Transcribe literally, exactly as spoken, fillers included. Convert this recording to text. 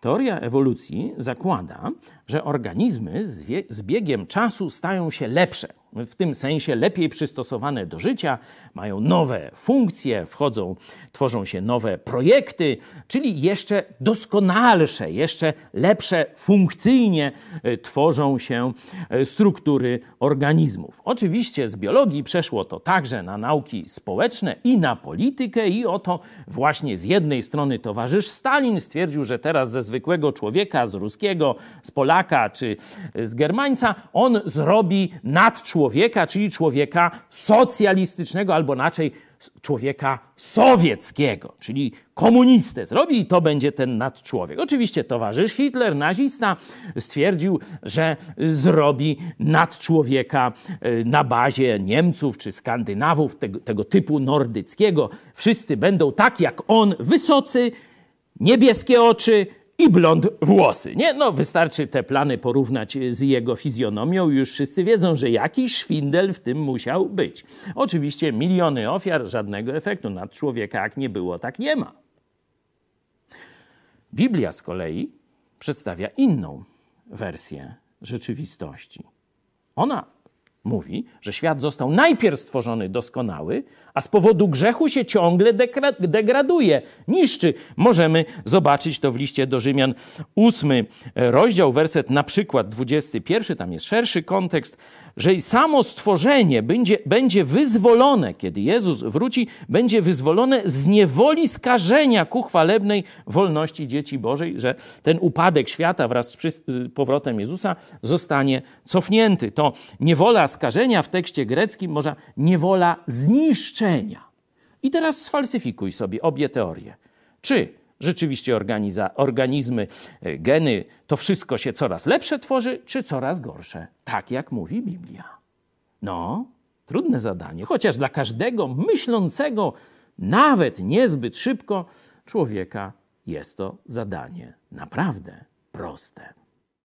Teoria ewolucji zakłada, że organizmy z, wie- z biegiem czasu stają się lepsze. W tym sensie lepiej przystosowane do życia, mają nowe funkcje, wchodzą, tworzą się nowe projekty, czyli jeszcze doskonalsze, jeszcze lepsze funkcyjnie e, tworzą się e, struktury organizmów. Oczywiście z biologii przeszło to także na nauki społeczne i na politykę i oto właśnie z jednej strony towarzysz Stalin stwierdził, że teraz ze zwykłego człowieka, z ruskiego, z Polaka czy z Germańca on zrobi nadczłowieka, człowieka, czyli człowieka socjalistycznego, albo inaczej człowieka sowieckiego, czyli komunistę zrobi i to będzie ten nadczłowiek. Oczywiście towarzysz Hitler, nazista, stwierdził, że zrobi nadczłowieka na bazie Niemców czy Skandynawów, tego, tego typu nordyckiego. Wszyscy będą tak jak on, wysocy, niebieskie oczy, i blond włosy. Nie, no wystarczy te plany porównać z jego fizjonomią i już wszyscy wiedzą, że jakiś szwindel w tym musiał być. Oczywiście miliony ofiar, żadnego efektu. Nad człowieka jak nie było, tak nie ma. Biblia z kolei przedstawia inną wersję rzeczywistości. Ona mówi, że świat został najpierw stworzony doskonały, a z powodu grzechu się ciągle degraduje, niszczy. Możemy zobaczyć to w liście do Rzymian, ósmy rozdział, werset na przykład dwudziesty pierwszy, tam jest szerszy kontekst, że i samo stworzenie będzie, będzie wyzwolone, kiedy Jezus wróci, będzie wyzwolone z niewoli skażenia ku chwalebnej wolności dzieci Bożej, że ten upadek świata wraz z powrotem Jezusa zostanie cofnięty. To niewola skażenia w tekście greckim może niewola zniszczenia. I teraz sfalsyfikuj sobie obie teorie. Czy rzeczywiście organiza, organizmy, geny, to wszystko się coraz lepsze tworzy, czy coraz gorsze? Tak jak mówi Biblia. No, trudne zadanie, chociaż dla każdego myślącego, nawet niezbyt szybko, człowieka jest to zadanie naprawdę proste.